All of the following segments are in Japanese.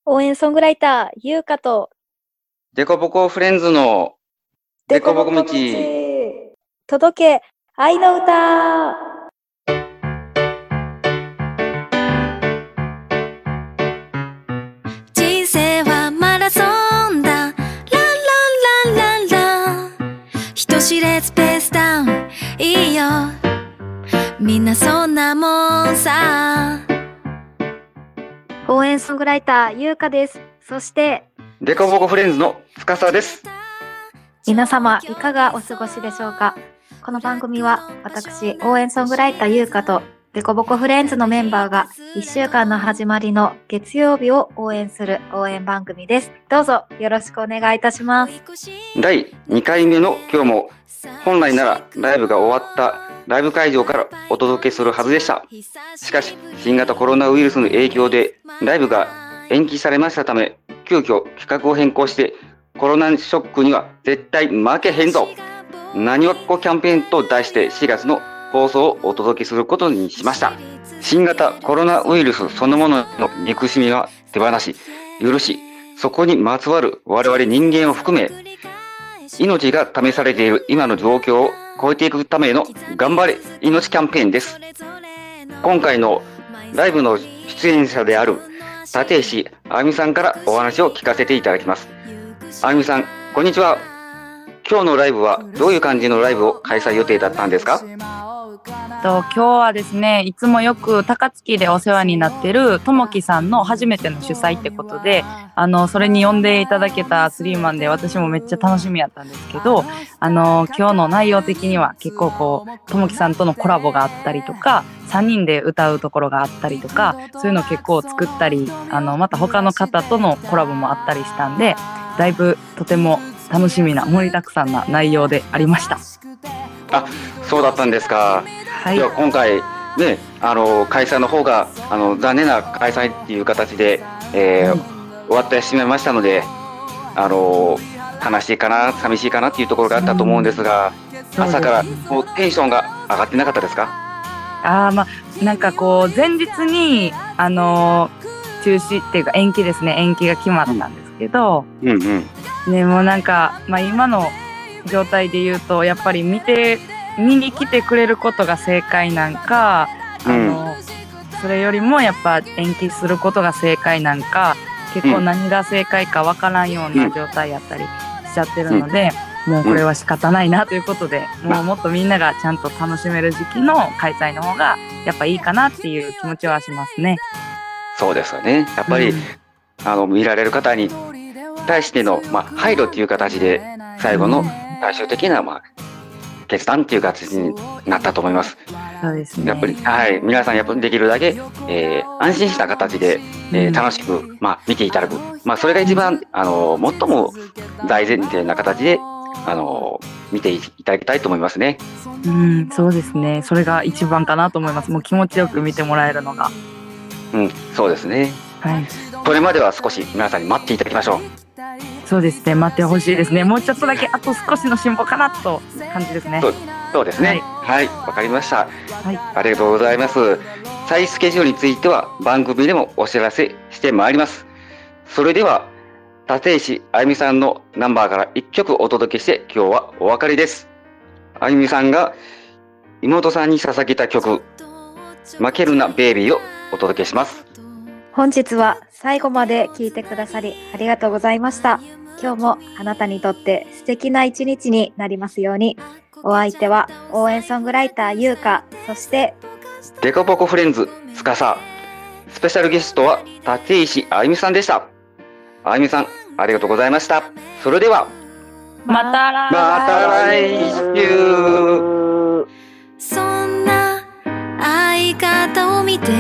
応援ソングライター、ゆうかと、 デコボコフレンズのデコボコ道。 届け、愛の歌。 人生はマラソンだ。ランランランランラン。人知れずペースダウン。いいよ。みんなそんなもんさ。 応援ソングライター、ゆうかです。そして、 デコボコフレンズの司です。 皆様、いかがお過ごしでしょうか。この番組は、私、応援ソングライター、ゆうかと、デコボコフレンズのメンバーが、1週間の始まりの月曜日を応援する応援番組です。どうぞ、よろしくお願いいたします。 第2回目の今日も、本来ならライブが終わったライブ会場からお届けするはずでした。しかし、新型コロナウイルスの影響で、ライブが延期されましたため、急遽企画を変更して、コロナショックには絶対負けへんぞ、何わっこキャンペーンと題して4月の放送をお届けすることにしました。新型コロナウイルスそのものの憎しみは手放し、許し、そこにまつわる我々人間を含め、命が試されている今の状況を超えていくための頑張れ命キャンペーンです。今回のライブの出演者である立石あゆみさんからお話を聞かせていただきます。あゆみさん、こんにちは。今日のライブはどういう感じのライブを開催予定だったんですか？ 今日はですね、いつもよく高槻でお世話になってるともきさんの初めての主催ってことで、それに呼んでいただけたスリーマンで私もめっちゃ楽しみやったんですけど、今日の内容的には結構ともきさんとのコラボがあったりとか、3人で歌うところがあったりとか、そういうの結構作ったり、また他の方とのコラボもあったりしたんで、だいぶとても楽しみな盛りだくさんな内容でありました。 あ、そうだったんですか。 はい、 では今回ね、開催の方が残念な開催っていう形で、終わってしまいましたので、悲しいかな、寂しいかなっていうところがあったと思うんですが、朝からもうテンションが上がってなかったですか？ なんか前日に中止っていうか延期ですね、延期が決まったんですけど、ね、もうなんか、今の状態で言うとやっぱり見に来てくれることが正解なんか、それよりもやっぱ延期することが正解なんか、結構何が正解かわからんような状態やったりしちゃってるので、もうこれは仕方ないなということで、もっとみんながちゃんと楽しめる時期の開催の方がやっぱいいかなっていう気持ちはしますね。 そうですよね。やっぱり、見られる方に対しての、配慮っていう形で最後の最終的な、決断っていう形になったと思います。 そうですね。 やっぱり、皆さんやっぱりできるだけ、安心した形で、楽しく、見ていただく。それが一番、最も大前提な形で、見ていただきたいと思いますね。 そうですね。それが一番かなと思います。もう気持ちよく見てもらえるのが。 そうですね。はい。それまでは少し皆さんに待っていただきましょう。 そうですね、待ってほしいですね。もうちょっとだけ、あと少しの辛抱かなと感じですね。 そうですね。はい、わかりました。ありがとうございます。再スケジュールについては番組でもお知らせしてまいります。それでは立石あゆみさんのナンバーから1曲お届けして今日はお別れです。あゆみさんが妹さんに捧げた曲、負けるなベイビーをお届けします。 本日は最後まで聞いてくださりありがとうございました。今日もあなたにとって素敵な一日になりますように。お相手は応援ソングライターゆうか、そしてデコボコフレンズつかさ。スペシャルゲストは立石あゆみさんでした。あゆみさん、ありがとうございました。それではまた来週。 そんな相方を見て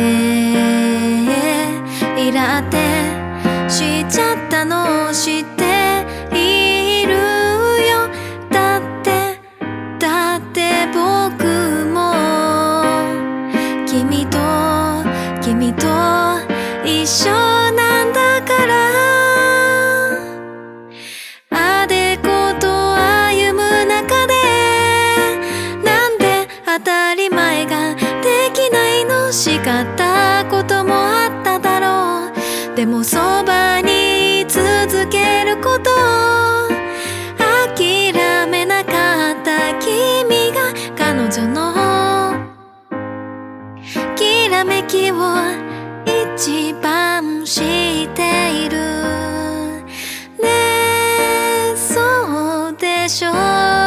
イラってしちゃったのを知っているよ。だって僕も君と一緒なんだから。あでこと歩む中でなんで当たり前ができないの。叱ったこともあっただろう。 でもそばに続けること諦めなかった君が彼女のきらめきを一番知っているねえそうでしょう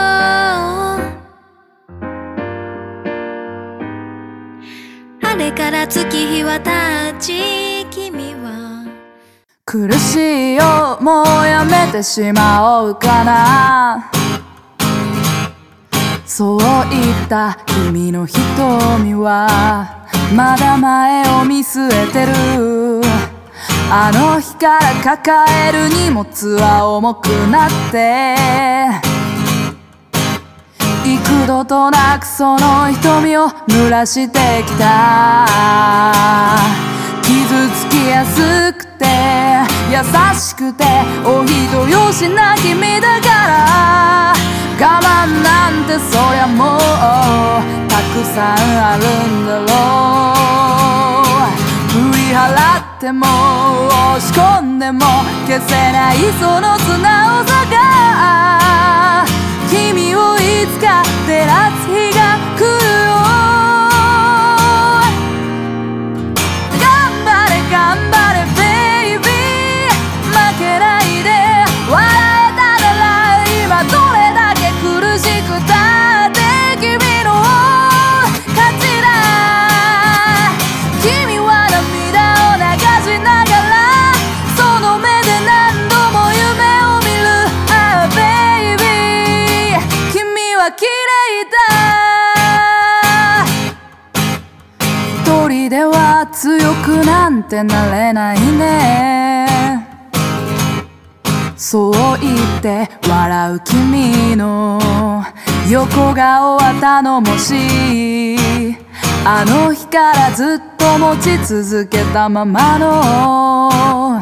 あれから月日は経ち君は苦しいよもうやめてしまおうかなそう言った君の瞳はまだ前を見据えてるあの日から抱える荷物は重くなって幾度となくその瞳を濡らしてきた傷つきやすくて優しくてお人よしな君だから我慢なんてそりゃもうたくさんあるんだろう振り払っても押し込んでも消せないその素直さが君をいつか照らす日が来るよ頑張れ頑張れベイビー負けないで笑えたなら今どれだけ苦しくたって君の勝ちだ君は涙を流しながらその目で何度も夢を見るああベイビー君は綺麗だ一人では強くなんてなれないねそう言って笑う君の横顔は頼もしいあの日からずっと持ち続けたままの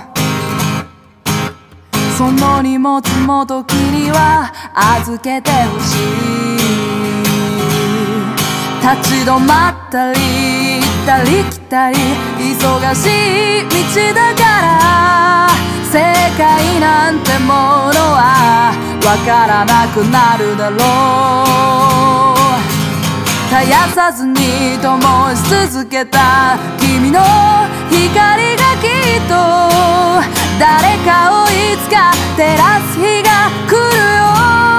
その荷物も時には預けてほしい立ち止まったり行ったり来たり忙しい道だから正解なんてものはわからなくなるだろう絶やさずに灯し続けた君の光がきっと誰かをいつか照らす日が来るよ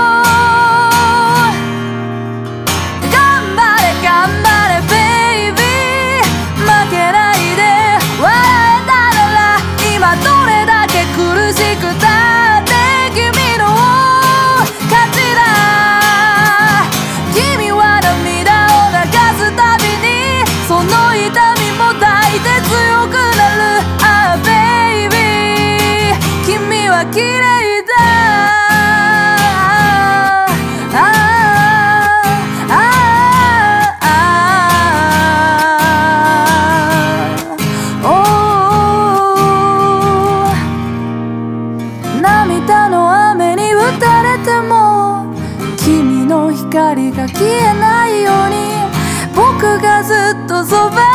頑張れ頑張れベイビー負けないで笑えたなら今どれだけ苦しくたって君の勝ちだ君は涙を流すたびにその痛みも抱いて強くなるああベイビー君は綺麗だ涙の雨に打たれても君の光が消えないように僕がずっとそば